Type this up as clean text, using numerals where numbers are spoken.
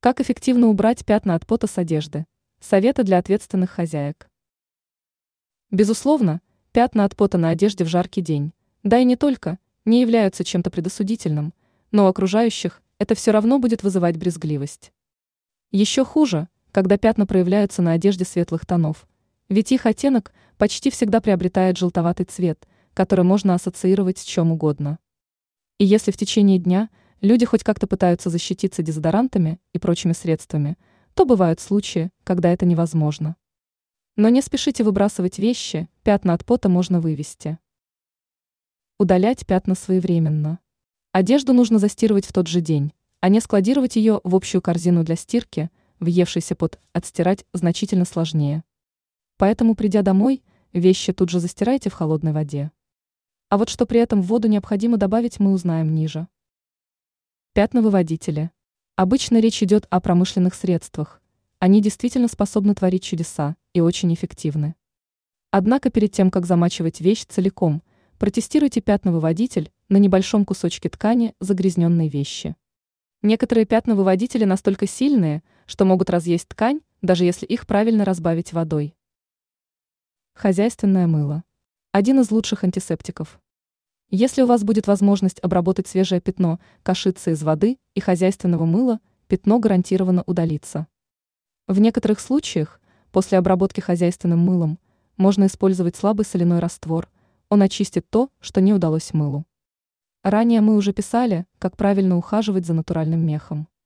Как эффективно убрать пятна от пота с одежды? Советы для ответственных хозяек. Безусловно, пятна от пота на одежде в жаркий день, да и не только, не являются чем-то предосудительным, но у окружающих это все равно будет вызывать брезгливость. Еще хуже, когда пятна проявляются на одежде светлых тонов, ведь их оттенок почти всегда приобретает желтоватый цвет, который можно ассоциировать с чем угодно. И если в течение дня люди хоть как-то пытаются защититься дезодорантами и прочими средствами, то бывают случаи, когда это невозможно. Но не спешите выбрасывать вещи, пятна от пота можно вывести. Удалять пятна своевременно. Одежду нужно застирывать в тот же день, а не складировать ее в общую корзину для стирки, въевшийся пот отстирать значительно сложнее. Поэтому, придя домой, вещи тут же застирайте в холодной воде. А вот что при этом в воду необходимо добавить, мы узнаем ниже. Пятновыводители. Обычно речь идет о промышленных средствах. Они действительно способны творить чудеса и очень эффективны. Однако перед тем, как замачивать вещь целиком, протестируйте пятновыводитель на небольшом кусочке ткани загрязненной вещи. Некоторые пятновыводители настолько сильные, что могут разъесть ткань, даже если их правильно разбавить водой. Хозяйственное мыло. Один из лучших антисептиков. Если у вас будет возможность обработать свежее пятно кашицей из воды и хозяйственного мыла, пятно гарантированно удалится. В некоторых случаях, после обработки хозяйственным мылом, можно использовать слабый соляной раствор, он очистит то, что не удалось мылу. Ранее мы уже писали, как правильно ухаживать за натуральным мехом.